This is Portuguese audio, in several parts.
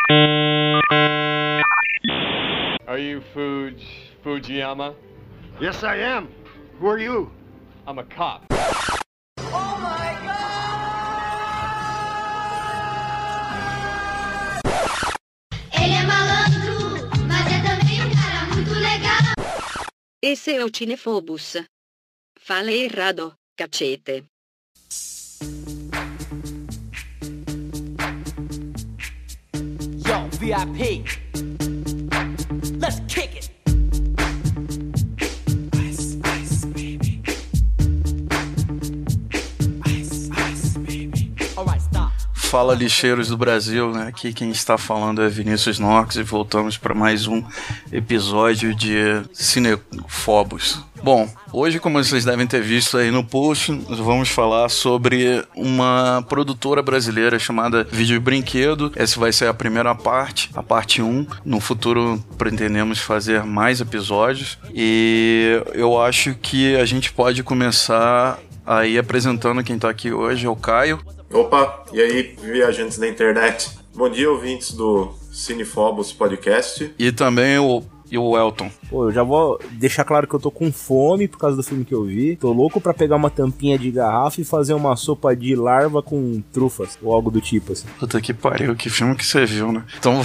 Are you Fujiyama? Yes, I am. Who are you? I'm a cop. Oh my God! Ele é malandro, mas é também um cara muito legal. Esse é o Cinefobus. Fala errado, cacete. Yo, VIP. Let's kick it. Ice, ice, baby. Ice, ice, baby. Alright, stop. Fala, lixeiros do Brasil, né? Aqui quem está falando é Vinícius Nox e voltamos para mais um episódio de Cinefobus. Bom, hoje, como vocês devem ter visto aí no post, nós vamos falar sobre uma produtora brasileira chamada Vídeo Brinquedo. Essa vai ser a primeira parte, a parte 1. No futuro pretendemos fazer mais episódios e eu acho que a gente pode começar aí apresentando quem tá aqui hoje, é o Caio. Opa, e aí, viajantes da internet? Bom dia, ouvintes do Cinefobus Podcast. E também o Elton. Pô, eu já vou deixar claro que eu tô com fome por causa do filme que eu vi. Tô louco pra pegar uma tampinha de garrafa e fazer uma sopa de larva com trufas, ou algo do tipo, assim. Puta que pariu, que filme que você viu, né? Então,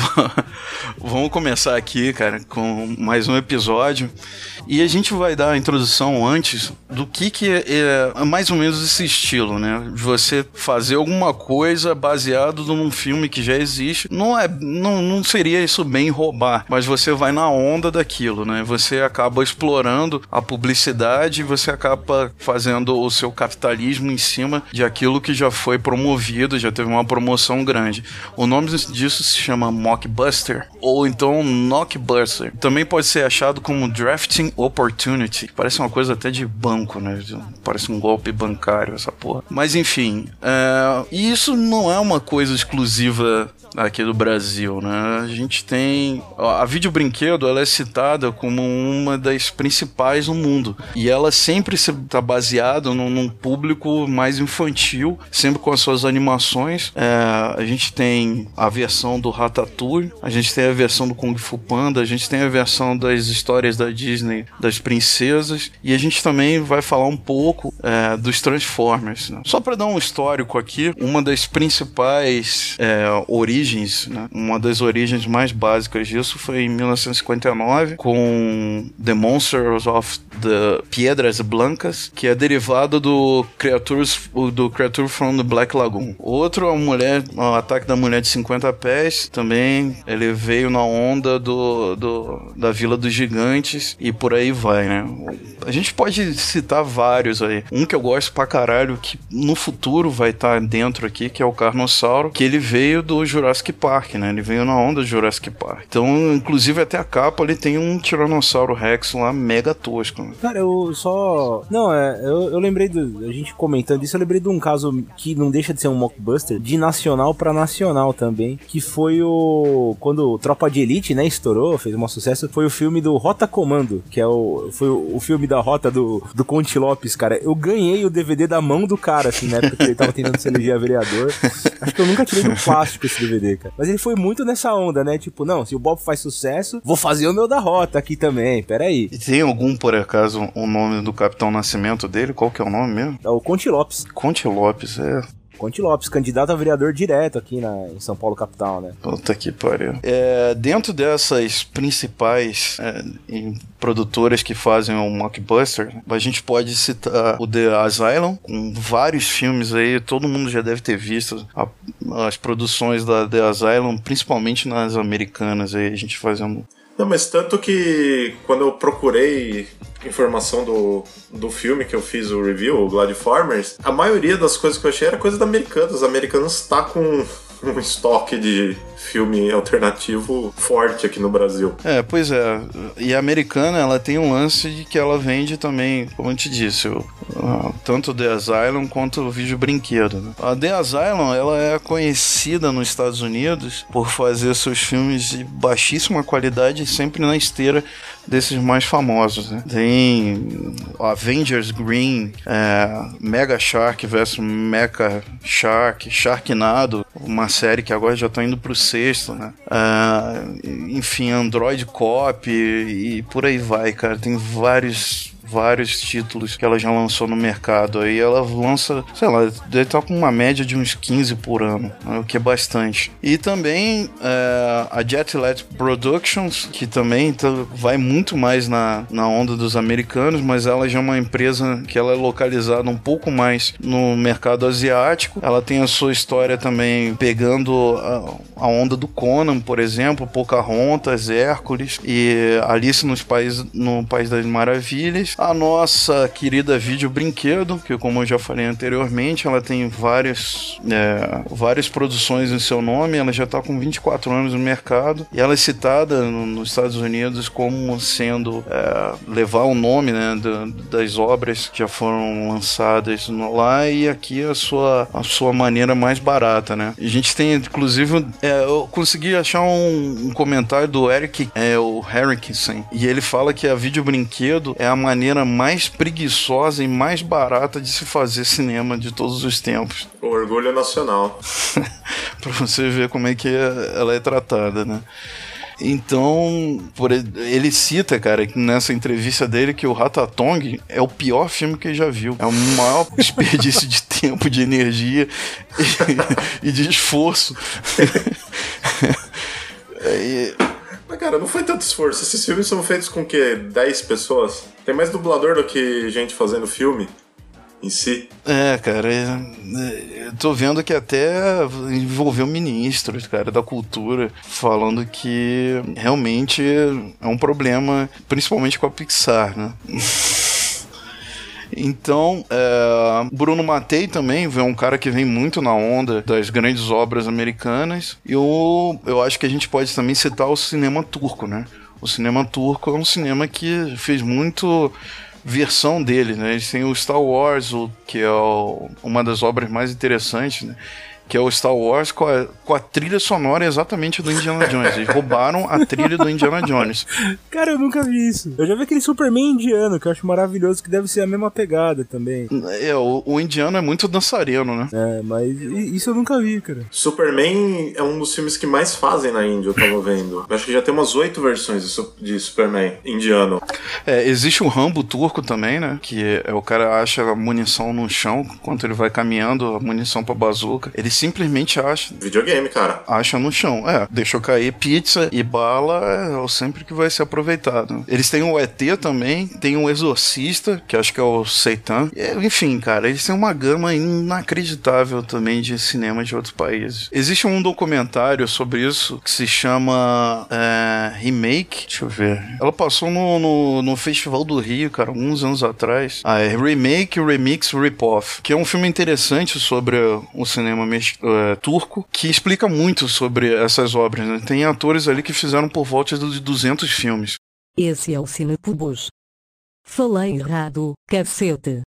vamos começar aqui, cara, com mais um episódio. E a gente vai dar a introdução antes do que é mais ou menos esse estilo, né? Você fazer alguma coisa baseado num filme que já existe. Não seria isso bem roubar, mas você vai na onda daquilo, né? Você acaba explorando a publicidade, você acaba fazendo o seu capitalismo em cima de aquilo que já foi promovido, já teve uma promoção grande. O nome disso se chama mockbuster, ou então knockbuster. Também pode ser achado como drafting opportunity. Parece uma coisa até de banco, né? Parece um golpe bancário essa porra. Mas enfim, e isso não é uma coisa exclusiva aqui do Brasil, né? A gente tem... A Vídeo Brinquedo, ela é citada como uma das principais no mundo. E ela sempre está baseada num público mais infantil, sempre com as suas animações. A gente tem a versão do Ratatouille, a gente tem a versão do Kung Fu Panda, a gente tem a versão das histórias da Disney, das princesas, e a gente também vai falar um pouco dos Transformers, né? Só para dar um histórico aqui, uma das principais origens, né? Uma das origens mais básicas disso foi em 1959 com The Monsters of the Piedras Blancas, que é derivado do Creature from the Black Lagoon. Outro é o Ataque da Mulher de 50 Pés, também ele veio na onda da Vila dos Gigantes e por aí vai, né? A gente pode citar vários aí. Um que eu gosto pra caralho, que no futuro vai estar dentro aqui, que é o Carnossauro, que ele veio do Jurassic Park, né? Ele veio na onda do Jurassic Park. Então, inclusive, até a capa, ele tem um Tiranossauro Rex lá mega tosco, né? Cara, eu só... Não, eu lembrei a gente comentando isso, eu lembrei de um caso que não deixa de ser um mockbuster, de nacional pra nacional também, que foi quando o Tropa de Elite, né, estourou, fez um sucesso, foi o filme do Rota Comando, que foi o filme da Rota do Conte Lopes, cara. Eu ganhei o DVD da mão do cara, assim, né, porque ele tava tentando se eleger a vereador. Acho que eu nunca tirei do plástico esse DVD, cara. Mas ele foi muito nessa onda, né, tipo, não, se o Bob faz sucesso, vou fazer o meu da Rota aqui também, peraí. E tem algum, por acaso, o nome do Capitão Nascimento dele? Qual que é o nome mesmo? É o Conte Lopes. Conte Lopes, Conte Lopes, candidato a vereador direto aqui em São Paulo, capital, né? Puta que pariu. Dentro dessas principais produtoras que fazem o mockbuster, a gente pode citar o The Asylum, com vários filmes aí, todo mundo já deve ter visto as produções da The Asylum, principalmente nas americanas aí, a gente fazendo... Não, mas tanto que quando eu procurei informação do filme que eu fiz o review, o Gladiformers, a maioria das coisas que eu achei era coisa da Americanas. Os americanos tá com um estoque de filme alternativo forte aqui no Brasil. Pois é. E a Americana, ela tem um lance de que ela vende também, como eu te disse, tanto The Asylum quanto o vídeo brinquedo, né? A The Asylum, ela é conhecida nos Estados Unidos por fazer seus filmes de baixíssima qualidade, sempre na esteira desses mais famosos, né? Tem Avengers Green, Mega Shark vs Mecha Shark, Sharknado, uma série que agora já tá indo pro 6º, né? Enfim, Android Cop e por aí vai, cara. Tem vários títulos que ela já lançou no mercado. Aí ela lança, sei lá, deve estar com uma média de uns 15 por ano, né, o que é bastante. E também a Jetlet Productions, que também vai muito mais na onda dos americanos, mas ela já é uma empresa que ela é localizada um pouco mais no mercado asiático. Ela tem a sua história também pegando a onda do Conan, por exemplo, Pocahontas, Hércules e Alice no País das Maravilhas. A nossa querida vídeo brinquedo, que como eu já falei anteriormente, ela tem várias produções em seu nome, ela já está com 24 anos no mercado, e ela é citada nos Estados Unidos como sendo, levar o nome, né, das obras que já foram lançadas lá, e aqui a sua maneira mais barata, né. A gente tem, inclusive, eu consegui achar um comentário do Eric, o Harrison, e ele fala que a vídeo brinquedo é a maneira mais preguiçosa e mais barata de se fazer cinema de todos os tempos. O orgulho nacional. Pra você ver como é que ela é tratada, né? Então, ele cita, cara, nessa entrevista dele que o Ratatouille é o pior filme que ele já viu. É o maior desperdício de tempo, de energia e de esforço. Mas, cara, não foi tanto esforço. Esses filmes são feitos com o quê? 10 pessoas? Tem mais dublador do que gente fazendo filme em si. Cara, eu tô vendo que até envolveu ministros, cara, da cultura, falando que realmente é um problema, principalmente com a Pixar, né? Então, Bruno Mattei também é um cara que vem muito na onda das grandes obras americanas. E eu acho que a gente pode também citar o cinema turco, né? O cinema turco é um cinema que fez muito versão dele, né? Eles têm o Star Wars, que é uma das obras mais interessantes, né? Que é o Star Wars com a trilha sonora exatamente do Indiana Jones. Eles roubaram a trilha do Indiana Jones. Cara, eu nunca vi isso. Eu já vi aquele Superman indiano, que eu acho maravilhoso, que deve ser a mesma pegada também. O indiano é muito dançarino, né? Mas isso eu nunca vi, cara. Superman é um dos filmes que mais fazem na Índia, eu tava vendo. Eu acho que já tem umas 8 versões de Superman indiano. Existe o Rambo turco também, né? Que o cara acha a munição no chão, enquanto ele vai caminhando, a munição pra bazuca. Ele simplesmente acha. Videogame, cara. Acha no chão. Deixou cair pizza e bala, é sempre que vai ser aproveitado. Eles têm o ET também, tem o Exorcista, que acho que é o Seitan. Enfim, cara, eles têm uma gama inacreditável também de cinema de outros países. Existe um documentário sobre isso que se chama Remake. Deixa eu ver. Ela passou no Festival do Rio, cara, alguns anos atrás. Remake, Remix, Rip-Off, que é um filme interessante sobre o cinema turco, que explica muito sobre essas obras, né? Tem atores ali que fizeram por volta de 200 filmes. Esse é o Cinepubus. Falei errado, cacete.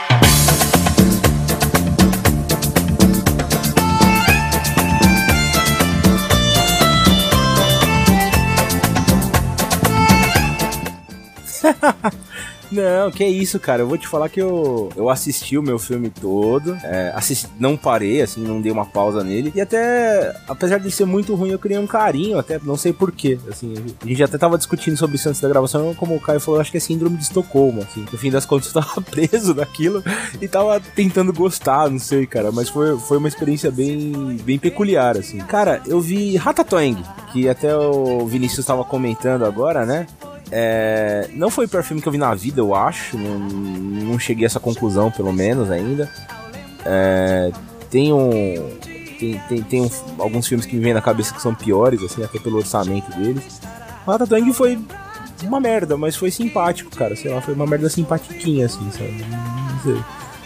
Não, que isso, cara. Eu vou te falar que eu assisti o meu filme todo. Não parei, assim, não dei uma pausa nele. E até, apesar de ser muito ruim, eu criei um carinho, até não sei porquê. Assim, a gente até tava discutindo sobre isso antes da gravação. Como o Caio falou, eu acho que é síndrome de Estocolmo, assim. No fim das contas, eu tava preso naquilo e tava tentando gostar, não sei, cara. Mas foi uma experiência bem peculiar, assim. Cara, eu vi Ratatouille, que até o Vinícius tava comentando agora, né? Não foi o pior filme que eu vi na vida, eu acho. Não cheguei a essa conclusão, pelo menos, ainda. Tem alguns filmes que me vêm na cabeça que são piores, assim, até pelo orçamento deles. O Ratatouille foi uma merda, mas foi simpático, cara. Sei lá, foi uma merda simpatiquinha, assim, sabe? Não sei.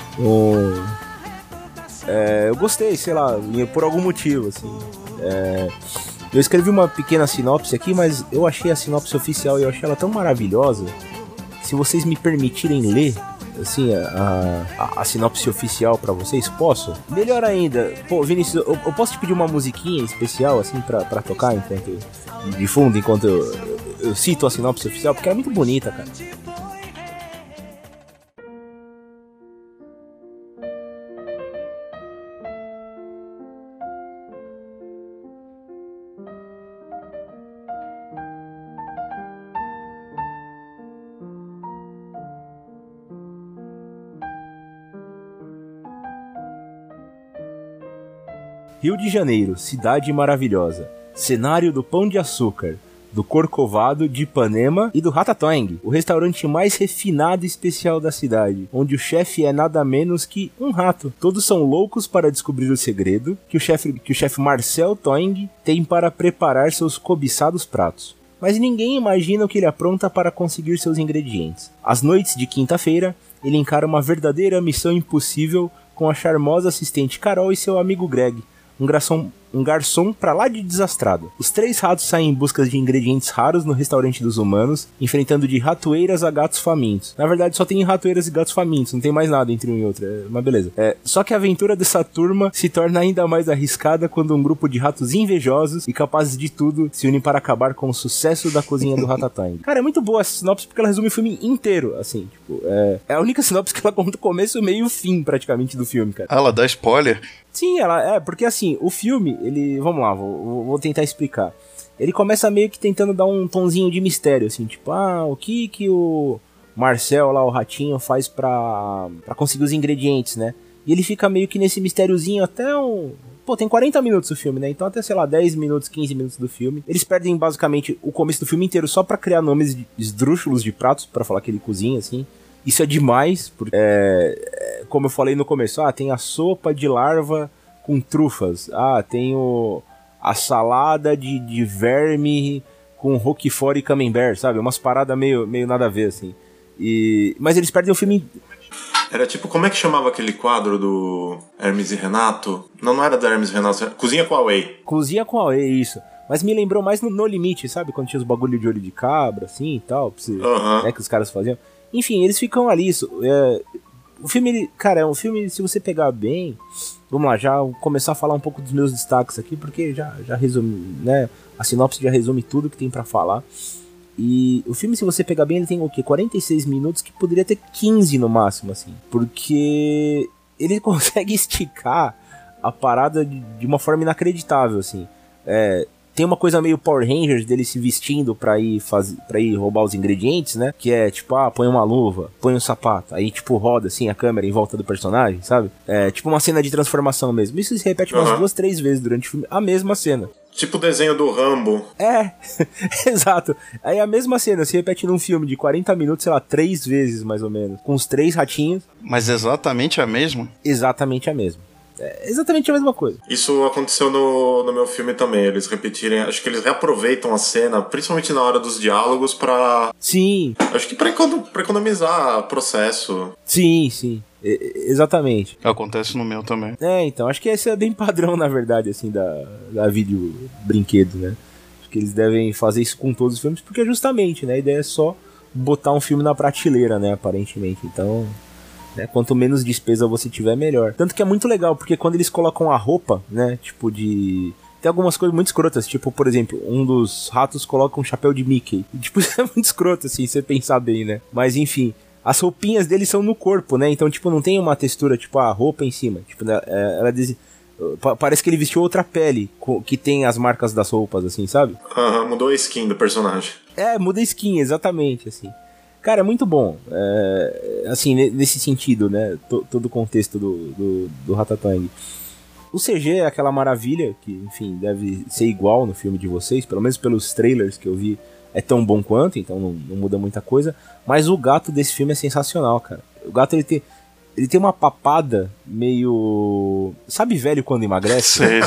Eu gostei, sei lá, por algum motivo, assim. Eu escrevi uma pequena sinopse aqui, mas eu achei a sinopse oficial e eu achei ela tão maravilhosa. Se vocês me permitirem ler, assim, a sinopse oficial pra vocês? Posso? Melhor ainda, pô, Vinícius, eu posso te pedir uma musiquinha especial, assim, pra tocar enquanto de fundo, enquanto eu cito a sinopse oficial, porque é muito bonita, cara. Rio de Janeiro, cidade maravilhosa. Cenário do Pão de Açúcar, do Corcovado, de Ipanema e do Ratatouille, o restaurante mais refinado e especial da cidade, onde o chefe é nada menos que um rato. Todos são loucos para descobrir o segredo que o chefe Marcel Toing tem para preparar seus cobiçados pratos. Mas ninguém imagina o que ele apronta para conseguir seus ingredientes. Às noites de quinta-feira, ele encara uma verdadeira missão impossível com a charmosa assistente Carol e seu amigo Greg, um garçom pra lá de desastrado. Os 3 ratos saem em busca de ingredientes raros no restaurante dos humanos, enfrentando de ratoeiras a gatos famintos. Na verdade, só tem ratoeiras e gatos famintos, não tem mais nada entre um e outro, mas beleza. Só que a aventura dessa turma se torna ainda mais arriscada quando um grupo de ratos invejosos e capazes de tudo se unem para acabar com o sucesso da cozinha do Ratatouille. Cara, é muito boa essa sinopse porque ela resume o filme inteiro, assim, tipo, é a única sinopse que ela conta o começo, meio e o fim, praticamente, do filme, cara. Ela dá spoiler? Sim, porque assim, o filme, ele, vamos lá, vou tentar explicar. Ele começa meio que tentando dar um tonzinho de mistério, assim, tipo, o que o Marcel lá, o ratinho, faz pra conseguir os ingredientes, né? E ele fica meio que nesse mistériozinho até Pô, tem 40 minutos o filme, né? Então até, sei lá, 10 minutos, 15 minutos do filme. Eles perdem basicamente o começo do filme inteiro só pra criar nomes esdrúxulos de pratos, pra falar que ele cozinha, assim. Isso é demais, porque, como eu falei no começo, tem a sopa de larva com trufas, tem a salada de verme com roquefort e camembert, sabe? Umas paradas meio nada a ver, assim. Mas eles perdem o filme... Era tipo, como é que chamava aquele quadro do Hermes e Renato? Não era do Hermes e Renato, Cozinha com a Away. Cozinha com a Away, isso. Mas me lembrou mais no Limite, sabe? Quando tinha os bagulho de olho de cabra, assim e tal, né, que os caras faziam. Enfim, eles ficam ali, o filme, cara, é um filme, se você pegar bem, vamos lá, já começar a falar um pouco dos meus destaques aqui, porque já resume, né, a sinopse já resume tudo que tem pra falar, e o filme, se você pegar bem, ele tem o quê? 46 minutos, que poderia ter 15 no máximo, assim, porque ele consegue esticar a parada de uma forma inacreditável, assim, tem uma coisa meio Power Rangers dele se vestindo pra ir roubar os ingredientes, né? Que é tipo, põe uma luva, põe um sapato. Aí tipo roda assim a câmera em volta do personagem, sabe? É tipo uma cena de transformação mesmo. Isso se repete umas 2, 3 vezes durante o filme. A mesma cena. Tipo o desenho do Rambo. Exato. Aí a mesma cena se repete num filme de 40 minutos, sei lá, 3 vezes mais ou menos. Com os 3 ratinhos. Mas exatamente a mesma? Exatamente a mesma. É exatamente a mesma coisa. Isso aconteceu no meu filme também. Eles repetirem, acho que eles reaproveitam a cena, principalmente na hora dos diálogos, pra... Sim. Acho que pra economizar processo. Sim. Exatamente. Acontece no meu também. Então, acho que esse é bem padrão, na verdade, assim, da vídeo brinquedo, né? Acho que eles devem fazer isso com todos os filmes, porque justamente, né? A ideia é só botar um filme na prateleira, né? Aparentemente. Então... quanto menos despesa você tiver, melhor. Tanto que é muito legal, porque quando eles colocam a roupa, né, tipo de... Tem algumas coisas muito escrotas, tipo, por exemplo, um dos ratos coloca um chapéu de Mickey. E, tipo, isso é muito escroto, assim, se você pensar bem, né? Mas, enfim, as roupinhas deles são no corpo, né? Então, tipo, não tem uma textura, tipo, a roupa em cima. Tipo, ela parece que ele vestiu outra pele, que tem as marcas das roupas, assim, sabe? Mudou a skin do personagem. Muda a skin, exatamente, assim. Cara, é muito bom, assim, nesse sentido, né, todo o contexto do Ratatouille. O CG é aquela maravilha, que, enfim, deve ser igual no filme de vocês, pelo menos pelos trailers que eu vi, é tão bom quanto, então não muda muita coisa, mas o gato desse filme é sensacional, cara. O gato, ele tem uma papada meio... Sabe velho quando emagrece? Sei.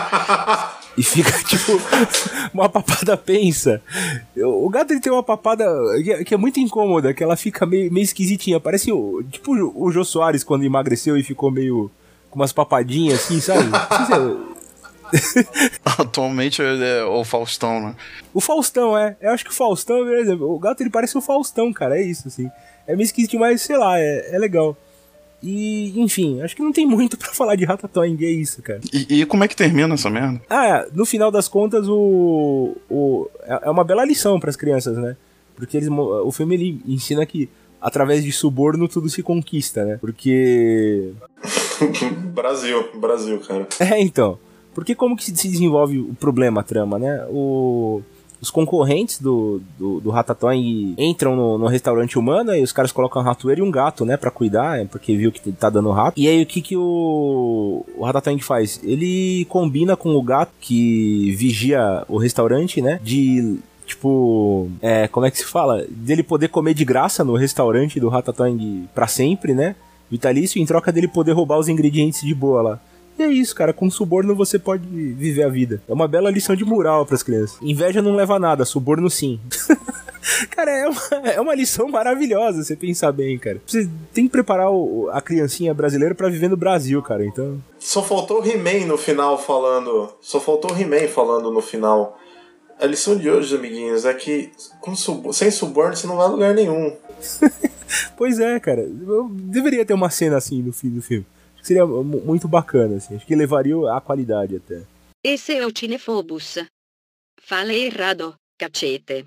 E fica, tipo, uma papada pensa. O gato, ele tem uma papada que é muito incômoda, que ela fica meio esquisitinha. Parece, tipo, o Jô Soares quando emagreceu e ficou meio com umas papadinhas assim, sabe? Atualmente é o Faustão, né? O Faustão, eu acho que o Faustão, beleza, o gato ele parece o Faustão, cara, é isso, assim. É meio esquisito, mas sei lá, é legal. E, enfim, acho que não tem muito pra falar de Ratatouille, é isso, cara. E como é que termina essa merda? No final das contas, é uma bela lição pras crianças, né? Porque o filme ele ensina que através de suborno tudo se conquista, né? Porque... Brasil, cara. Então. Porque como que se desenvolve o problema, a trama, né? Os concorrentes do Ratatouille entram no restaurante humano e os caras colocam um ratoeiro e um gato, né? Pra cuidar, porque viu que tá dando rato. E aí o que o Ratatouille faz? Ele combina com o gato que vigia o restaurante, né? Tipo, como é que se fala? Dele poder comer de graça no restaurante do Ratatouille pra sempre, né? Vitalício, em troca dele poder roubar os ingredientes de boa lá. E é isso, cara, com suborno você pode viver a vida. É uma bela lição de moral pras crianças. Inveja não leva a nada, suborno sim. Cara, é uma lição maravilhosa, você pensar bem, cara. Você tem que preparar a criancinha brasileira pra viver no Brasil, cara, então... Só faltou o He-Man no final falando no final. A lição de hoje, amiguinhos, é que sem suborno você não vai a lugar nenhum. Pois é, cara. Deveria ter uma cena assim no fim do filme. Seria muito bacana, assim. Acho que levaria a qualidade até. Esse é o Cinefobus. Fala errado, cacete.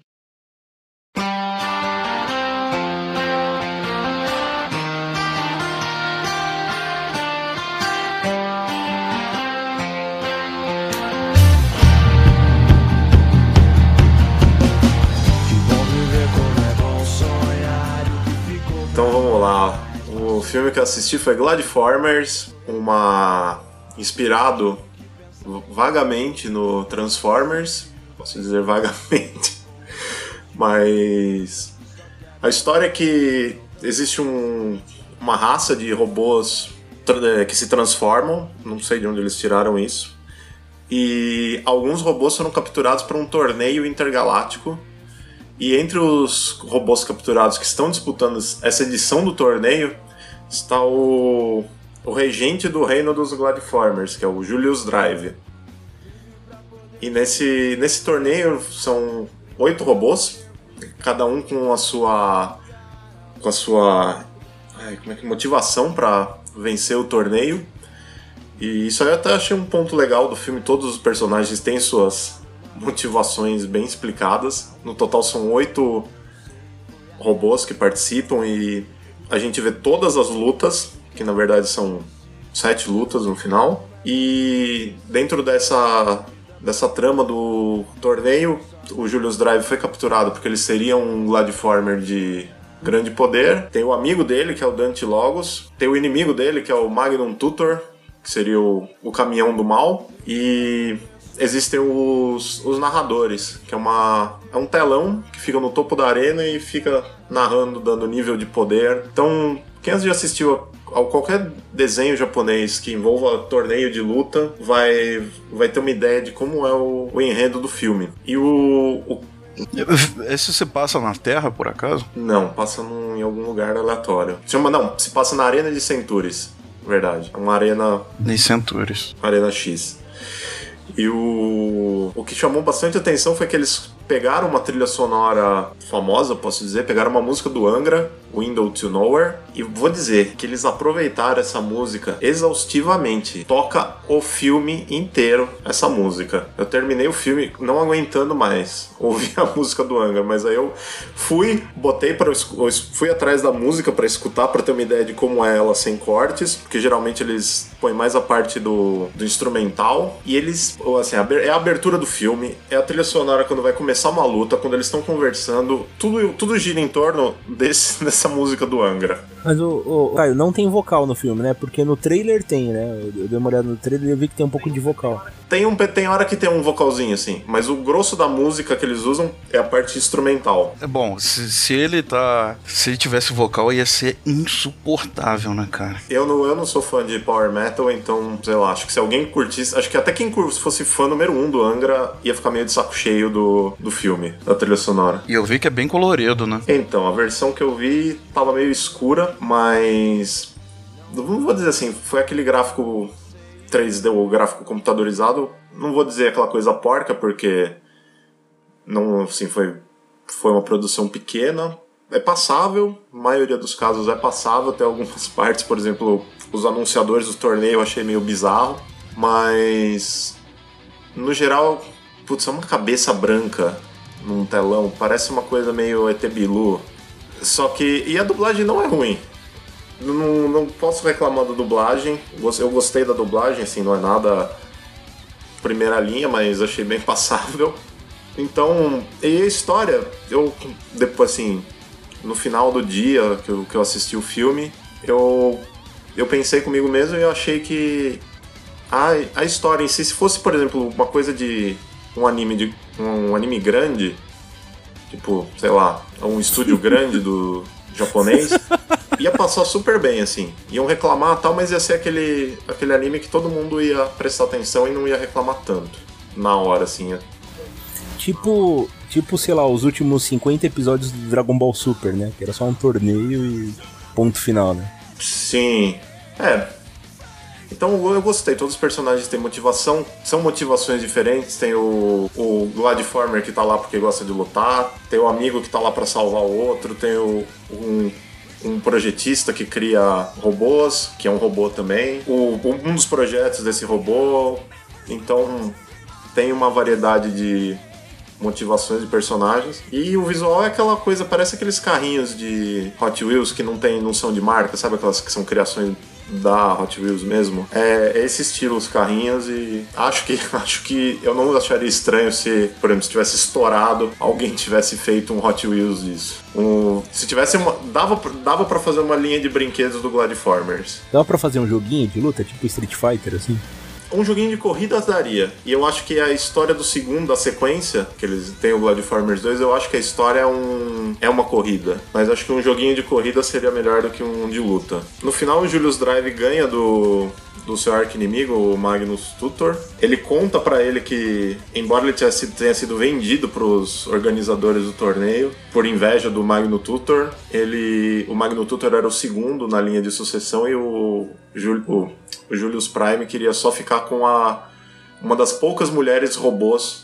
Então vamos lá. O filme que eu assisti foi Gladiformers, inspirado vagamente no Transformers, posso dizer vagamente, mas a história é que existe uma raça de robôs que se transformam, não sei de onde eles tiraram isso, e alguns robôs foram capturados para um torneio intergaláctico. E entre os robôs capturados que estão disputando essa edição do torneio está o regente do reino dos Gladiformers, que é o Julius Drive. E nesse torneio são 8 robôs, cada um com a sua motivação para vencer o torneio. E isso aí eu até achei um ponto legal do filme. Todos os personagens têm suas motivações bem explicadas. No total são 8 robôs que participam e a gente vê todas as lutas, que na verdade são 7 lutas no final. E dentro dessa trama do torneio, o Julius Drive foi capturado porque ele seria um Gladiformer de grande poder. Tem o amigo dele, que é o Dante Logos. Tem o inimigo dele, que é o Magnum Tutor, que seria o caminhão do mal. E existem os narradores, que é um telão que fica no topo da arena e fica narrando, dando nível de poder. Então, quem já assistiu a qualquer desenho japonês que envolva torneio de luta vai ter uma ideia de como é o enredo do filme. E Esse se passa na Terra, por acaso? Não, passa em algum lugar aleatório. Se passa na Arena de Centuris, verdade. É uma arena... De Centuris. Arena X. E o que chamou bastante atenção foi que eles pegaram uma trilha sonora famosa, posso dizer, pegaram uma música do Angra, Window to Nowhere, e vou dizer que eles aproveitaram essa música exaustivamente. Toca o filme inteiro essa música. Eu terminei o filme não aguentando mais ouvir a música do Angra, mas aí eu fui atrás da música para escutar, para ter uma ideia de como é ela sem cortes, porque geralmente eles põem mais a parte do instrumental, e eles, assim, é a abertura do filme, é a trilha sonora quando vai começar uma luta, quando eles estão conversando, tudo gira em torno dessa música do Angra. Mas Caio, não tem vocal no filme, né? Porque no trailer tem, né? Eu dei uma olhada no trailer e eu vi que tem um pouco de vocal. Tem hora que tem um vocalzinho, assim, mas o grosso da música que eles usam é a parte instrumental. É bom, se ele tivesse vocal ia ser insuportável, né, cara? Eu não sou fã de power metal, então, sei lá, acho que se alguém curtisse, acho que até quem fosse fã número 1 do Angra ia ficar meio de saco cheio do filme, da trilha sonora. E eu vi que é bem colorido, né? Então, a versão que eu vi tava meio escura, mas não vou dizer assim, foi aquele gráfico 3D, o gráfico computadorizado, não vou dizer aquela coisa porca, porque não, assim, foi uma produção pequena. É passável, na maioria dos casos é passável, tem algumas partes, por exemplo, os anunciadores do torneio eu achei meio bizarro, mas no geral, putz, é uma cabeça branca num telão, parece uma coisa meio ET Bilu. Só que, e a dublagem não é ruim, não posso reclamar da dublagem, eu gostei da dublagem, assim, não é nada primeira linha, mas achei bem passável. Então, e a história, eu depois, assim, no final do dia que eu assisti o filme, eu pensei comigo mesmo e eu achei que a história em si, se fosse, por exemplo, uma coisa de um anime grande, tipo, sei lá, um estúdio grande do japonês, ia passar super bem, assim. Iam reclamar e tal, mas ia ser aquele anime que todo mundo ia prestar atenção e não ia reclamar tanto na hora, assim. Tipo, sei lá, os últimos 50 episódios do Dragon Ball Super, né? Que era só um torneio e ponto final, né? Sim. Então eu gostei, todos os personagens têm motivação, são motivações diferentes, tem o Gladiformer que tá lá porque gosta de lutar, tem o amigo que tá lá pra salvar o outro, tem um projetista que cria robôs, que é um robô também, um dos projetos desse robô, então tem uma variedade de motivações de personagens, e o visual é aquela coisa, parece aqueles carrinhos de Hot Wheels que não são de marca, sabe aquelas que são criações da Hot Wheels mesmo? É esse estilo os carrinhos, e acho que eu não acharia estranho se, por exemplo, se tivesse estourado, alguém tivesse feito um Hot Wheels disso. Se tivesse dava pra fazer uma linha de brinquedos do Gladiformers. Dava pra fazer um joguinho de luta, tipo Street Fighter, assim? Um joguinho de corridas daria. E eu acho que a história do segundo, da sequência, que eles têm o Gladiformers 2, eu acho que a história é uma corrida. Mas acho que um joguinho de corrida seria melhor do que um de luta. No final, o Julius Drive ganha do seu arqui-inimigo, o Magnus Tutor. Ele conta pra ele que, embora ele tenha sido vendido pros organizadores do torneio, por inveja do Magnus Tutor, o Magnus Tutor era o segundo na linha de sucessão e o Julius Prime queria só ficar com uma das poucas mulheres robôs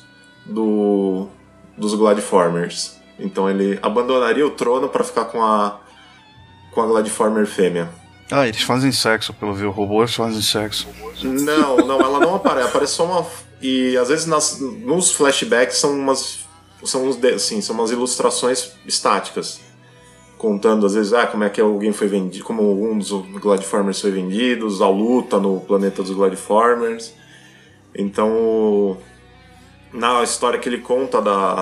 dos Gladiformers. Então ele abandonaria o trono para ficar com a Gladiformer fêmea. Ah, eles fazem sexo, pelo visto. Robôs fazem sexo. Não, ela não aparece. Aparece só uma... E às vezes nos flashbacks são umas ilustrações estáticas. Contando, às vezes, como é que alguém foi vendido, como um dos Gladiformers foi vendido, a luta no planeta dos Gladiformers. Então, na história que ele conta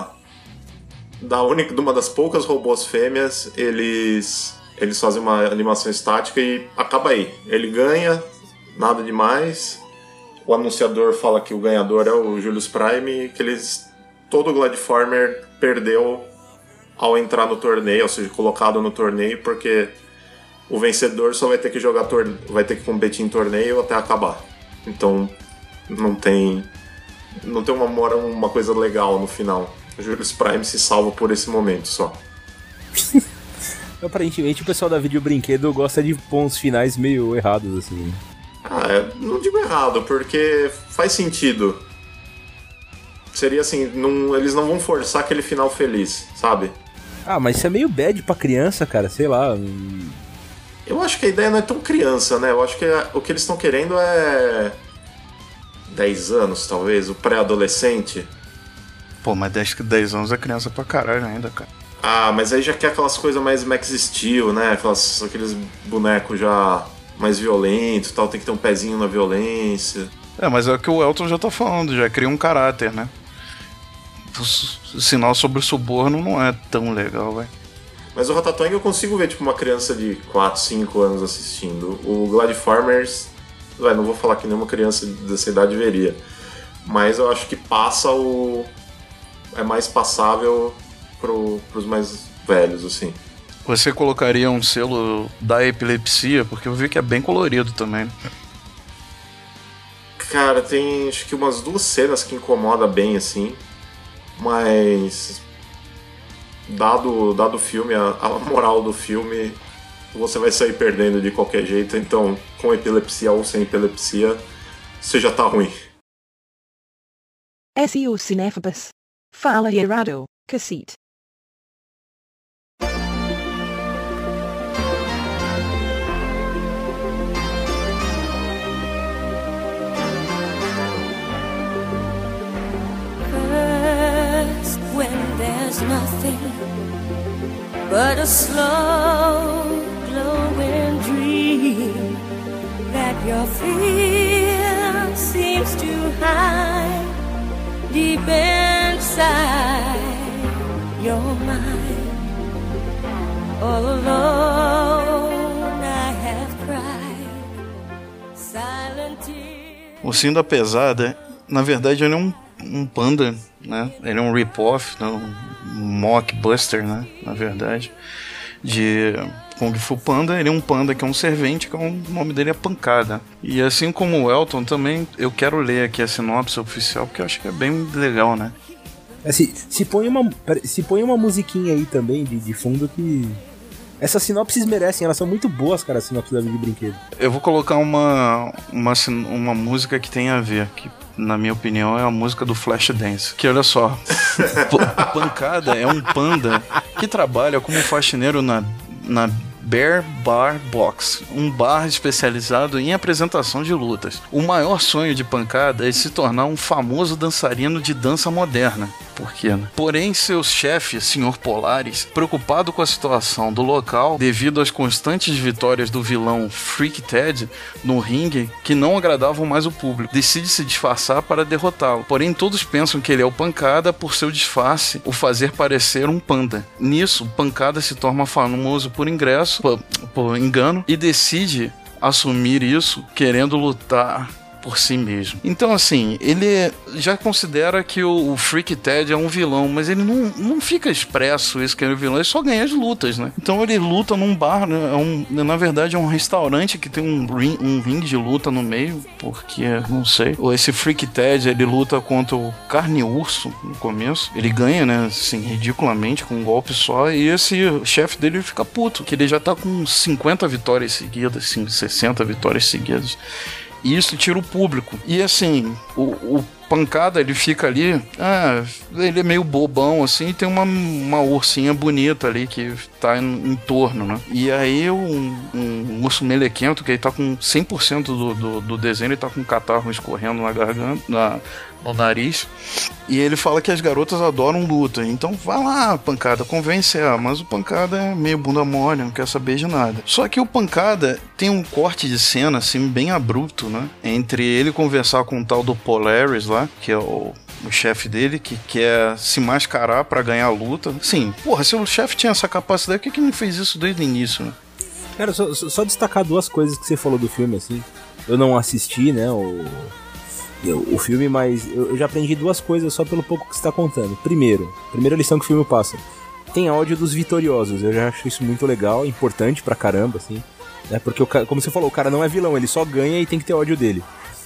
de uma das poucas robôs fêmeas, eles fazem uma animação estática e acaba aí. Ele ganha, nada demais. O anunciador fala que o ganhador é o Julius Prime e que todo o Gladiformer perdeu ao entrar no torneio, ou seja, colocado no torneio, porque o vencedor só vai ter que vai ter que competir em torneio até acabar. Então não tem uma coisa legal no final. O Julius Prime se salva por esse momento só. Aparentemente o pessoal da Vídeo Brinquedo gosta de pôr uns finais meio errados, assim. Não digo errado, porque faz sentido. Seria assim, eles não vão forçar aquele final feliz, sabe? Mas isso é meio bad pra criança, cara, sei lá. Eu acho que a ideia não é tão criança, né? Eu acho que o que eles estão querendo é 10 anos, talvez, o pré-adolescente. Pô, mas 10 anos é criança pra caralho ainda, cara. Mas aí já quer aquelas coisas mais Max Steel, né? Aqueles bonecos já mais violentos e tal, tem que ter um pezinho na violência. Mas é o que o Elton já tá falando, já cria um caráter, né? O sinal sobre o suborno não é tão legal, vai. Mas o Ratatouille eu consigo ver, tipo, uma criança de 4, 5 anos assistindo. O Gladiformers, não vou falar que nenhuma criança dessa idade veria. Mas eu acho que é mais passável pros mais velhos, assim. Você colocaria um selo da epilepsia? Porque eu vi que é bem colorido também. Cara, tem acho que umas 2 cenas que incomoda bem, assim. Mas dado o filme, a moral do filme, você vai sair perdendo de qualquer jeito. Então, com epilepsia ou sem epilepsia, você já tá ruim. SEO Cinefobus. Fala errado, cacete. First, when there's nothing but a slow glowing dream that your fear seems to hide deep inside your mind. All alone I have cried silent tears. O Ursinho da Pesada, na verdade, ele é um panda, né? Ele é um rip-off, né? Um mockbuster, né? Na verdade, de Kung Fu Panda. Ele é um panda que é um servente, que o nome dele é Pancada. E assim como o Elton também, eu quero ler aqui a sinopse oficial, porque eu acho que é bem legal, né? Se põe uma musiquinha aí também de fundo que... Essas sinopses merecem, elas são muito boas, cara, as sinopses da Vida de Brinquedo. Eu vou colocar uma música que tem a ver, que na minha opinião é a música do Flashdance. Que olha só, Pancada é um panda que trabalha como faxineiro na Bear Bar Box, um bar especializado em apresentação de lutas. O maior sonho de Pancada é se tornar um famoso dançarino de dança moderna. Por quê, né? Porém, seu chefe, Sr. Polaris, preocupado com a situação do local, devido às constantes vitórias do vilão Freak Ted no ringue, que não agradavam mais o público, decide se disfarçar para derrotá-lo. Porém, todos pensam que ele é o Pancada por seu disfarce o fazer parecer um panda. Nisso, Pancada se torna famoso por engano, e decide assumir isso, querendo lutar por si mesmo. Então, assim, ele já considera que o Freak Ted é um vilão, mas ele não fica expresso isso que ele é um vilão, ele só ganha as lutas, né? Então ele luta num bar, né? Na verdade é um restaurante que tem um ringue de luta no meio, porque, não sei, esse Freak Ted, ele luta contra o Carne Urso no começo, ele ganha, né, assim, ridiculamente, com um golpe só, e esse chefe dele fica puto, que ele já tá com 50 vitórias seguidas, assim, 60 vitórias seguidas. E isso tira o público. E assim, o Pancada, ele fica ali, ele é meio bobão assim, e tem uma ursinha bonita ali que tá em torno, né? E aí um urso melequento, que ele tá com 100% do desenho, ele tá com um catarro escorrendo na garganta, no nariz, e ele fala que as garotas adoram luta, então vai lá, Pancada, convence ela. Mas o Pancada é meio bunda mole, não quer saber de nada. Só que o Pancada tem um corte de cena assim bem abrupto, né, entre ele conversar com o tal do Polaris lá, que é o chefe dele, que quer se mascarar pra ganhar a luta. Sim, porra, se o chefe tinha essa capacidade, por que ele não fez isso desde o início, né? Cara, só destacar duas coisas que você falou do filme, assim. Eu não assisti, né, o filme, mas eu já aprendi duas coisas só pelo pouco que você tá contando. Primeira lição que o filme passa: tem áudio dos vitoriosos. Eu já acho isso muito legal, importante pra caramba, assim, né? Porque, como você falou, o cara não é vilão, ele só ganha e tem que ter ódio dele.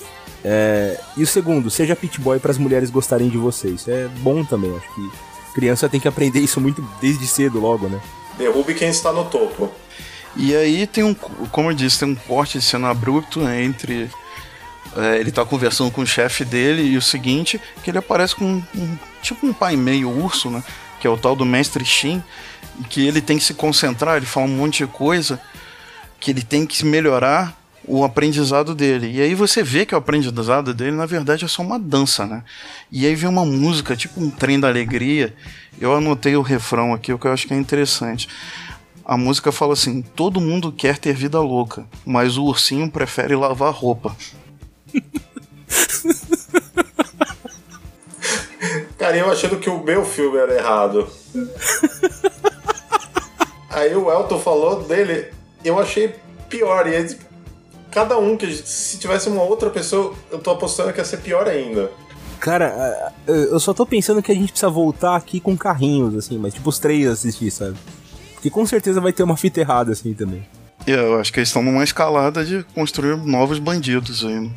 E o segundo, seja pit boy pras mulheres gostarem de você. Isso é bom também, acho que criança tem que aprender isso muito desde cedo, logo, né? Derrube quem está no topo. E aí tem como eu disse, tem um corte de cena abrupto, né, entre... ele tá conversando com o chefe dele, e o seguinte, que ele aparece com tipo um pai meio urso, né, que é o tal do Mestre Shin, que ele tem que se concentrar, ele fala um monte de coisa, que ele tem que melhorar o aprendizado dele. E aí você vê que o aprendizado dele, na verdade, é só uma dança, né? E aí vem uma música, tipo um trem da alegria. Eu anotei o refrão aqui, o que eu acho que é interessante. A música fala assim: todo mundo quer ter vida louca, mas o ursinho prefere lavar roupa. Cara, eu achando que o meu filme era errado. Aí o Elton falou dele, eu achei pior. E eles, cada um, que se tivesse uma outra pessoa, eu tô apostando que ia ser pior ainda. Cara, eu só tô pensando que a gente precisa voltar aqui com carrinhos, assim, mas tipo os três assistir, sabe? Porque com certeza vai ter uma fita errada, assim, também. Eu acho que eles estão numa escalada de construir novos bandidos ainda.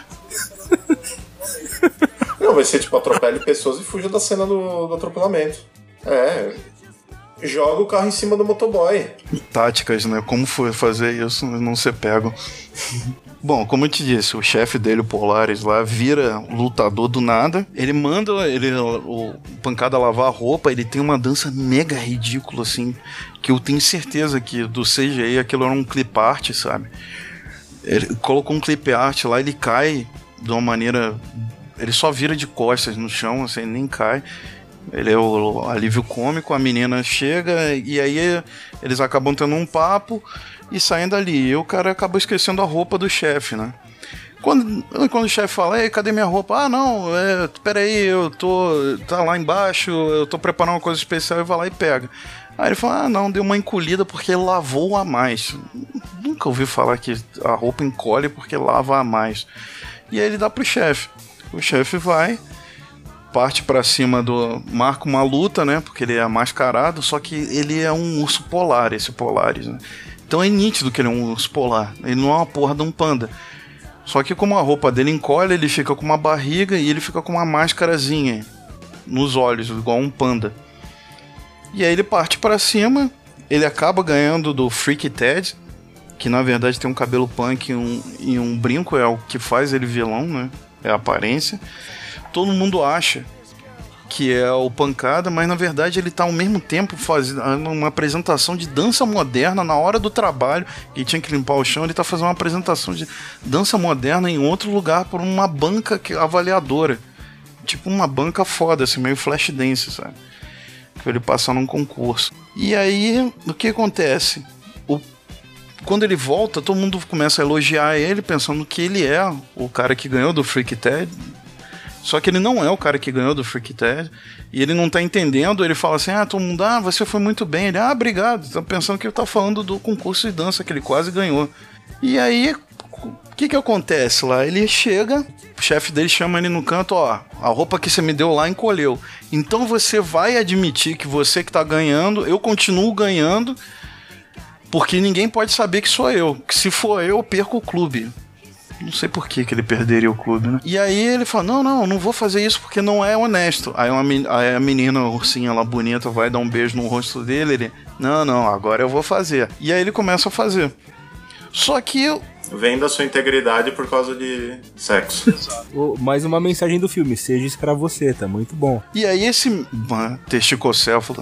Não, vai ser tipo, atropele pessoas e fuja da cena do atropelamento. Joga o carro em cima do motoboy. Táticas, né? Como foi fazer isso, não ser pego. Bom, como eu te disse, o chefe dele, o Polaris, lá, vira lutador do nada. Ele manda o Pancada lavar a roupa. Ele tem uma dança mega ridícula, assim, que eu tenho certeza que do CGI aquilo era um clip art, sabe? Ele colocou um clip art lá, ele cai de uma maneira... Ele só vira de costas no chão, assim, nem cai. Ele é o alívio cômico, a menina chega e aí eles acabam tendo um papo e saem dali. E o cara acaba esquecendo a roupa do chefe, né? Quando o chefe fala, ei, cadê minha roupa? Ah, não, peraí, tá lá embaixo, eu tô preparando uma coisa especial, e vai lá e pega. Aí ele fala, ah, não, deu uma encolhida porque lavou a mais. Nunca ouvi falar que a roupa encolhe porque lava a mais. E aí ele dá pro chefe. O chefe vai, parte pra cima marca uma luta, né? Porque ele é mascarado, só que ele é um urso polar, esse Polaris, né? Então é nítido que ele é um urso polar. Ele não é uma porra de um panda. Só que como a roupa dele encolhe, ele fica com uma barriga e ele fica com uma máscarazinha nos olhos, igual um panda. E aí ele parte pra cima, ele acaba ganhando do Freaky Ted, que na verdade tem um cabelo punk e um brinco, é o que faz ele vilão, né? É a aparência. Todo mundo acha que é o Pancada, mas na verdade ele tá ao mesmo tempo fazendo uma apresentação de dança moderna na hora do trabalho, que tinha que limpar o chão, ele tá fazendo uma apresentação de dança moderna em outro lugar por uma banca avaliadora. Tipo uma banca foda, assim, meio flash dance, sabe? Que ele passa num concurso. E aí, o que acontece? Quando ele volta, todo mundo começa a elogiar ele, pensando que ele é o cara que ganhou do Freaky Ted. Só que ele não é o cara que ganhou do Freaky Ted. E ele não tá entendendo, ele fala assim, todo mundo, você foi muito bem. Ele, obrigado. Tá pensando que ele tá falando do concurso de dança que ele quase ganhou. E aí, o que acontece lá? Ele chega, o chefe dele chama ele no canto, a roupa que você me deu lá encolheu. Então você vai admitir que você que tá ganhando, eu continuo ganhando, porque ninguém pode saber que sou eu. Que se for eu perco o clube. Não sei por que ele perderia o clube, né? E aí ele fala, não vou fazer isso porque não é honesto. Aí a menina, a ursinha lá bonita, vai dar um beijo no rosto dele. Ele, não, agora eu vou fazer. E aí ele começa a fazer. Só que... Vem da sua integridade por causa de sexo. Mais uma mensagem do filme, seja escravoceta, muito bom. E aí esse testicocéfalo...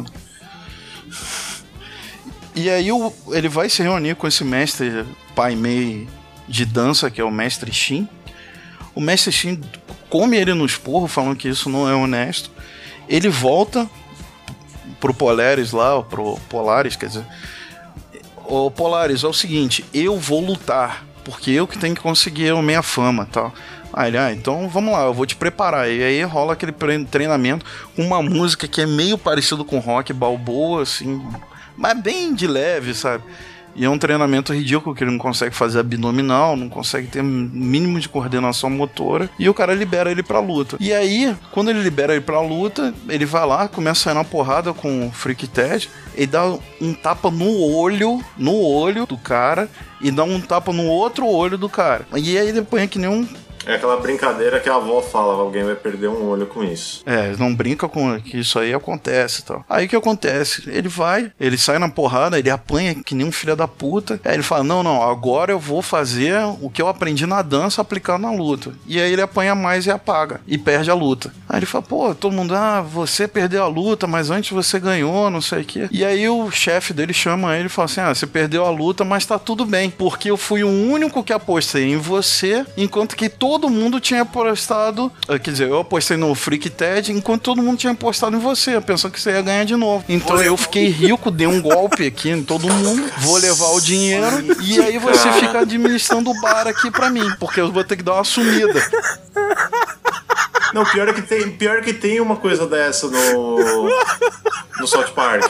E aí ele vai se reunir com esse mestre Pai Mei de dança, que é o mestre Shin. O mestre Shin come ele no esporro, falando que isso não é honesto. Ele volta pro Polaris lá, pro Polaris, quer dizer... Ô Polaris, é o seguinte, eu vou lutar, porque eu que tenho que conseguir a minha fama, tal. Aí ele, então vamos lá, eu vou te preparar. E aí rola aquele treinamento com uma música que é meio parecido com rock balboa, assim... Mas bem de leve, sabe? E é um treinamento ridículo, que ele não consegue fazer abdominal, não consegue ter mínimo de coordenação motora, e o cara libera ele pra luta. E aí, quando ele libera ele pra luta, ele vai lá, começa a sair na porrada com o Freaky Ted, e dá um tapa no olho do cara, e dá um tapa no outro olho do cara. E aí ele põe que nem um... É aquela brincadeira que a avó fala, alguém vai perder um olho com isso. Não brinca com que isso aí acontece e tal. Aí o que acontece? Ele sai na porrada, ele apanha que nem um filho da puta. Aí ele fala, não, agora eu vou fazer o que eu aprendi na dança aplicando na luta. E aí ele apanha mais e apaga, e perde a luta. Aí ele fala, todo mundo, você perdeu a luta, mas antes você ganhou, não sei o quê. E aí o chefe dele chama ele e fala assim, você perdeu a luta, mas tá tudo bem, porque eu fui o único que apostei em você, enquanto que todo mundo tinha apostado, quer dizer, eu apostei no Freaky Ted, enquanto todo mundo tinha apostado em você, pensando que você ia ganhar de novo. Então eu fiquei rico, dei um golpe aqui em todo mundo, vou levar o dinheiro, e aí você fica administrando o bar aqui pra mim, porque eu vou ter que dar uma sumida. Não, pior que tem uma coisa dessa no South Park.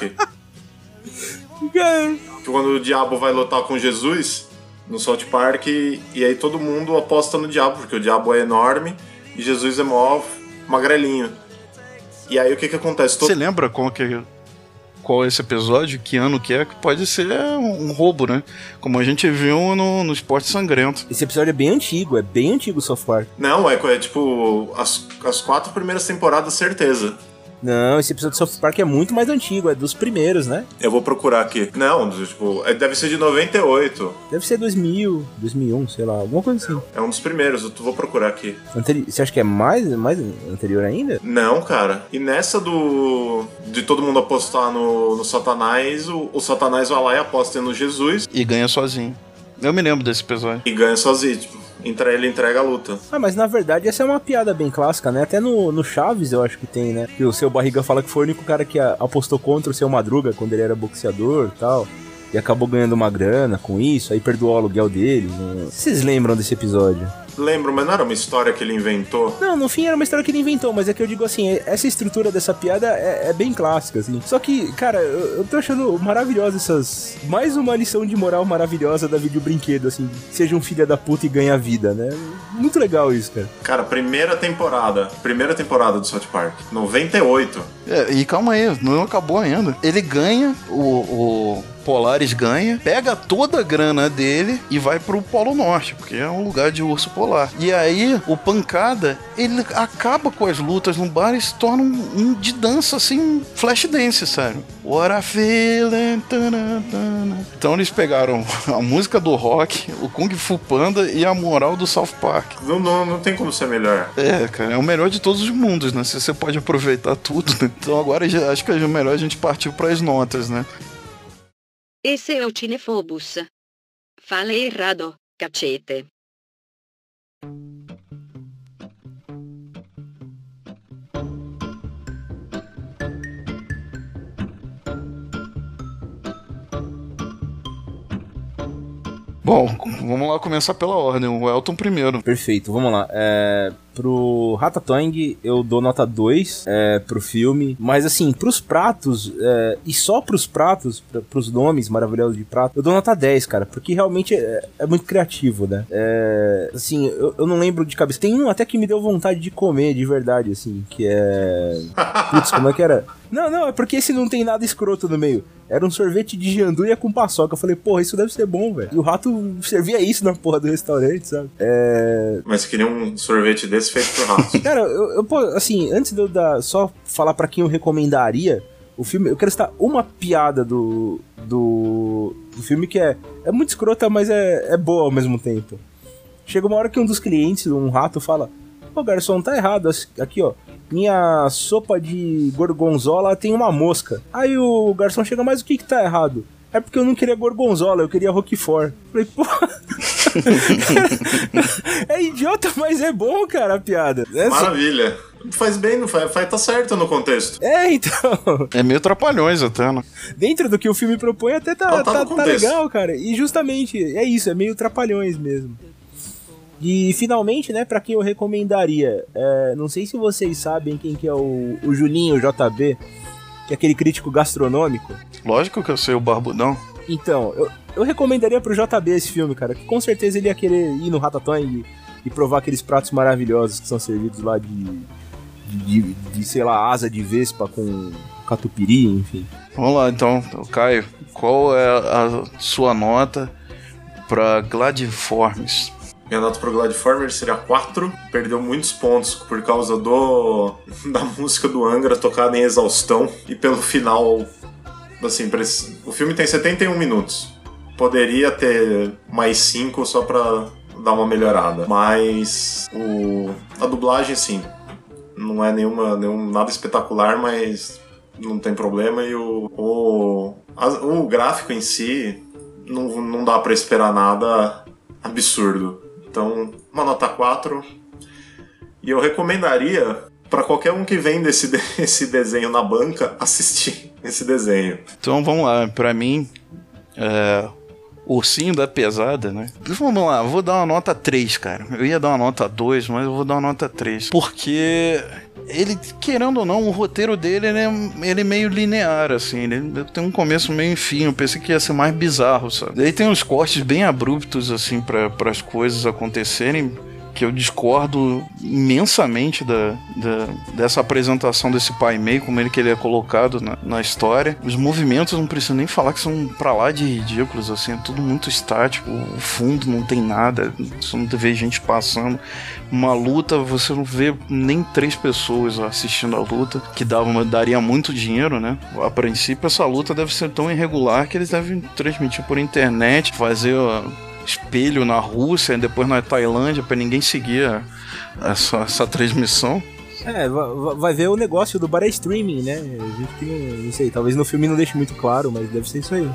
Que quando o diabo vai lutar com Jesus no South Park, e aí todo mundo aposta no diabo, porque o diabo é enorme e Jesus é mó magrelinho. E aí o que acontece? Você lembra qual é esse episódio? Que ano que é? Que pode ser um roubo, né? Como a gente viu no Esporte Sangrento. Esse episódio é bem antigo o South Park. Não, é tipo as 4 primeiras temporadas, certeza. Não, esse episódio de South Park é muito mais antigo, é dos primeiros, né? Eu vou procurar aqui. Não, tipo, deve ser de 98. Deve ser 2000, 2001, sei lá, alguma coisa assim. É um dos primeiros, eu vou procurar aqui. Você acha que é mais anterior ainda? Não, cara. E nessa de todo mundo apostar no Satanás, o Satanás vai lá e aposta no Jesus. E ganha sozinho. Eu me lembro desse episódio. E ganha sozinho, tipo. Ele entrega a luta. Ah, mas na verdade essa é uma piada bem clássica, né? Até no Chaves eu acho que tem, né? Que o Seu Barriga fala que foi o único cara que apostou contra o Seu Madruga quando ele era boxeador e tal. E acabou ganhando uma grana com isso, aí perdoou o aluguel dele. Né? Vocês lembram desse episódio? Lembro, mas não era uma história que ele inventou? Não, no fim era uma história que ele inventou, mas é que eu digo assim, essa estrutura dessa piada é bem clássica, assim. Só que, cara, eu tô achando maravilhosa essas... Mais uma lição de moral maravilhosa da vídeo brinquedo, assim. Seja um filho da puta e ganha a vida, né? Muito legal isso, cara. Cara, primeira temporada do South Park, 98. E calma aí, não acabou ainda. Ele ganha, o Polaris ganha, pega toda a grana dele e vai pro Polo Norte, porque é um lugar de urso polar. E aí, o Pancada, ele acaba com as lutas no bar e se torna um de dança, assim, flash dance, sabe? What I feeling. Então eles pegaram a música do rock, o Kung Fu Panda e a moral do South Park. Não tem como ser melhor. É, cara, é o melhor de todos os mundos, né? Se você pode aproveitar tudo, né? Então agora acho que é melhor a gente partir pras notas, né? Esse é o Cinefobus. Fala errado, cacete. Bom, vamos lá começar pela ordem. O Elton primeiro. Perfeito, vamos lá. Pro Ratatouille eu dou nota 2 pro filme, mas assim, pros pratos, e só pros pratos, pros nomes maravilhosos de prato, eu dou nota 10, cara, porque realmente é muito criativo, né? Assim, eu não lembro de cabeça. Tem um até que me deu vontade de comer, de verdade, assim, que é... Putz, como é que era? Não, é porque esse não tem nada escroto no meio. Era um sorvete de janduia com paçoca. Eu falei, porra, isso deve ser bom, velho. E o rato servia isso na porra do restaurante, sabe? Mas você queria um sorvete desse feito pro rato? Cara, eu assim, antes de eu só falar pra quem eu recomendaria o filme, eu quero citar uma piada do filme que é muito escrota, mas é boa ao mesmo tempo. Chega uma hora que um dos clientes, um rato, fala: "Ô garçom, tá errado, aqui ó, minha sopa de gorgonzola tem uma mosca." Aí o garçom chega: "Mas o que tá errado?" "É porque eu não queria gorgonzola, eu queria roquefort." Falei, pô... É idiota, mas é bom, cara, a piada. Maravilha. Faz bem, não faz, tá certo no contexto. Então... É meio Trapalhões até, né? Dentro do que o filme propõe até tá legal, cara. E justamente, é isso, é meio Trapalhões mesmo. E finalmente, né, pra quem eu recomendaria, não sei se vocês sabem quem que é o Julinho JB, que é aquele crítico gastronômico. Lógico que eu sei, o Barbudão. Então, eu recomendaria pro JB esse filme, cara, que com certeza ele ia querer ir no Ratatouille e provar aqueles pratos maravilhosos que são servidos lá de sei lá, asa de vespa com catupiry, enfim. Vamos lá, então, Caio, qual é a sua nota pra Gladiformes? Minha nota pro Gladiformers seria 4. Perdeu muitos pontos por causa da música do Angra tocada em exaustão e pelo final. Assim, o filme tem 71 minutos. Poderia ter mais 5 só pra dar uma melhorada. Mas a dublagem, sim, não é nada espetacular, mas não tem problema. E o gráfico em si, não dá pra esperar nada absurdo. Então, uma nota 4. E eu recomendaria para qualquer um que vende esse desenho na banca assistir esse desenho. Então vamos lá, pra mim, Ursinho da Pesada, né? Vamos lá, eu vou dar uma nota 3, cara. Eu ia dar uma nota 2, mas eu vou dar uma nota 3. Porque ele, querendo ou não, o roteiro dele ele é meio linear, assim. Ele tem um começo meio e fim. Eu pensei que ia ser mais bizarro, sabe? Daí tem uns cortes bem abruptos, assim, para as coisas acontecerem, que eu discordo imensamente dessa apresentação desse Pai Mei, como ele que ele é colocado na história. Os movimentos, não preciso nem falar que são pra lá de ridículos, assim, é tudo muito estático, o fundo não tem nada, você não vê gente passando. Uma luta, você não vê nem 3 pessoas assistindo a luta, que daria muito dinheiro, né? A princípio, essa luta deve ser tão irregular que eles devem transmitir por internet, fazer espelho na Rússia e depois na Tailândia pra ninguém seguir essa transmissão. Vai ver o negócio do bar streaming, né? A gente tem, não sei, talvez no filme não deixe muito claro, mas deve ser isso aí.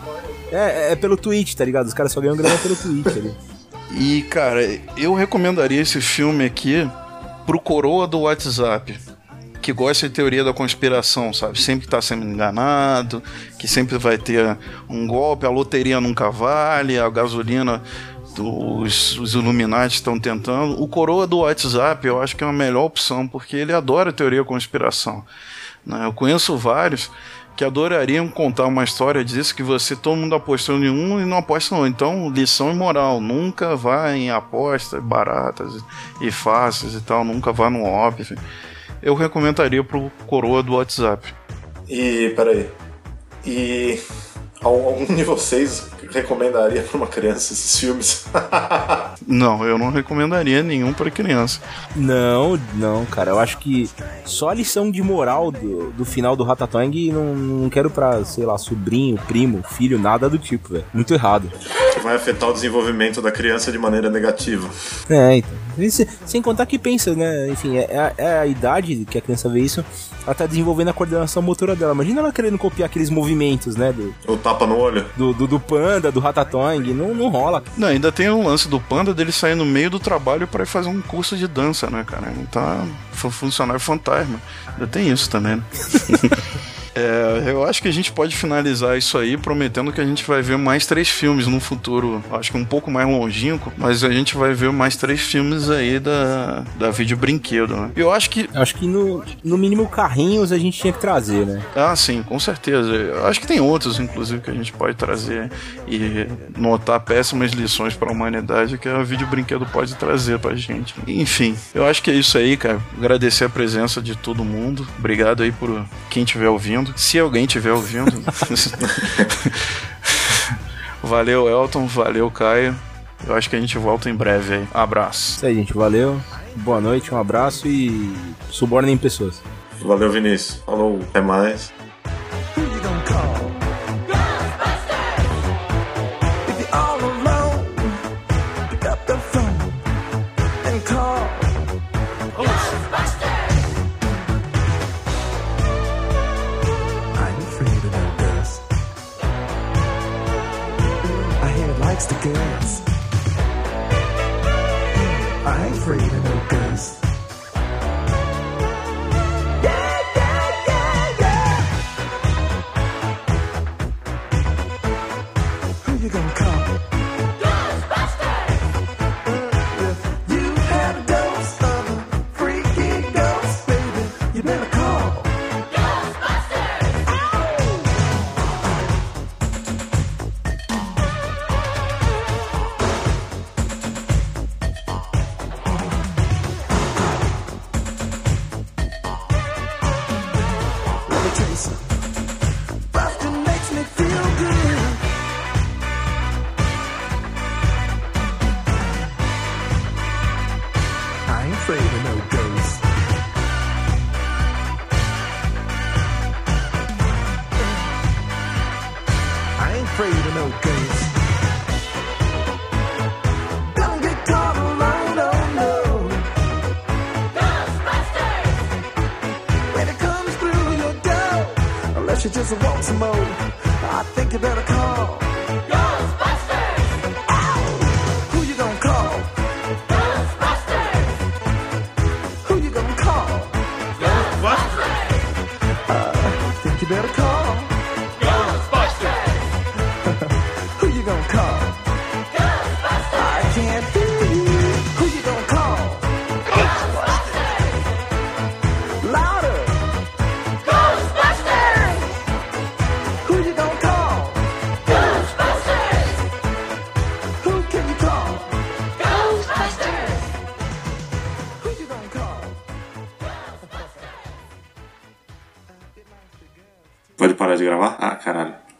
É pelo Twitch, tá ligado? Os caras só ganham grana pelo Twitch ali. E, cara, eu recomendaria esse filme aqui pro coroa do WhatsApp, que gosta de teoria da conspiração, sabe? Sempre tá sendo enganado, que sempre vai ter um golpe, a loteria nunca vale, a gasolina, os Illuminati estão tentando. O coroa do WhatsApp eu acho que é a melhor opção, porque ele adora teoria da conspiração, né? Eu conheço vários que adorariam contar uma história disso, que todo mundo apostou em um e não aposta não. Então, lição e moral, nunca vá em apostas baratas e fáceis e tal, nunca vá no óbvio. Eu recomendaria pro coroa do WhatsApp. E, peraí, algum de vocês recomendaria pra uma criança esses filmes? Não, eu não recomendaria nenhum pra criança. Não, cara, eu acho que só a lição de moral do final do Ratatouille não quero pra, sei lá, sobrinho, primo, filho, nada do tipo, velho. Muito errado. Vai afetar o desenvolvimento da criança de maneira negativa. Então. Sem contar que pensa, né? Enfim, é a idade que a criança vê isso, ela tá desenvolvendo a coordenação motora dela. Imagina ela querendo copiar aqueles movimentos, né? O tapa no olho? Do Panda, do Ratatouille, não rola. Não, ainda tem o lance do Panda dele sair no meio do trabalho pra ir fazer um curso de dança, né, cara? Então, funcionário fantasma. Ainda tem isso também, né? Eu acho que a gente pode finalizar isso aí prometendo que a gente vai ver mais 3 filmes no futuro, acho que um pouco mais longínquo, mas a gente vai ver mais 3 filmes aí da Vídeo Brinquedo, né? Eu acho que no mínimo carrinhos a gente tinha que trazer, né? Ah, sim, com certeza. Eu acho que tem outros, inclusive, que a gente pode trazer e notar péssimas lições para a humanidade que a Vídeo Brinquedo pode trazer pra gente. Enfim, eu acho que é isso aí, cara. Agradecer a presença de todo mundo. Obrigado aí por quem estiver ouvindo. Se alguém estiver ouvindo. Valeu, Elton. Valeu, Caio. Eu acho que a gente volta em breve aí. Abraço. Isso aí, gente. Valeu. Boa noite, um abraço e subornem pessoas. Valeu, Vinícius. Falou. Até mais. The girls. I ain't afraid of no girls. Yeah, yeah, yeah, yeah. Who you gonna call? Ghostbusters! You had a dose of a freaky ghost, baby. You better call Ghostbusters! Bustin' makes me feel good. I ain't afraid of no ghosts. I ain't afraid of no ghosts. Don't get caught alone, oh no. Ghostbusters! When it comes through your door, unless you just want some more, I think you better call Ghostbusters! Ow! Who you gonna call? Ghostbusters! Who you gonna call? Ghostbusters! I think you better call Ghostbusters! Who you gonna call? Ghostbusters! I can't hear you. Who you gonna call? Ghostbusters! Louder! Ghostbusters! Who you gonna call? Ghostbusters! Pode parar de gravar? Ah, caralho.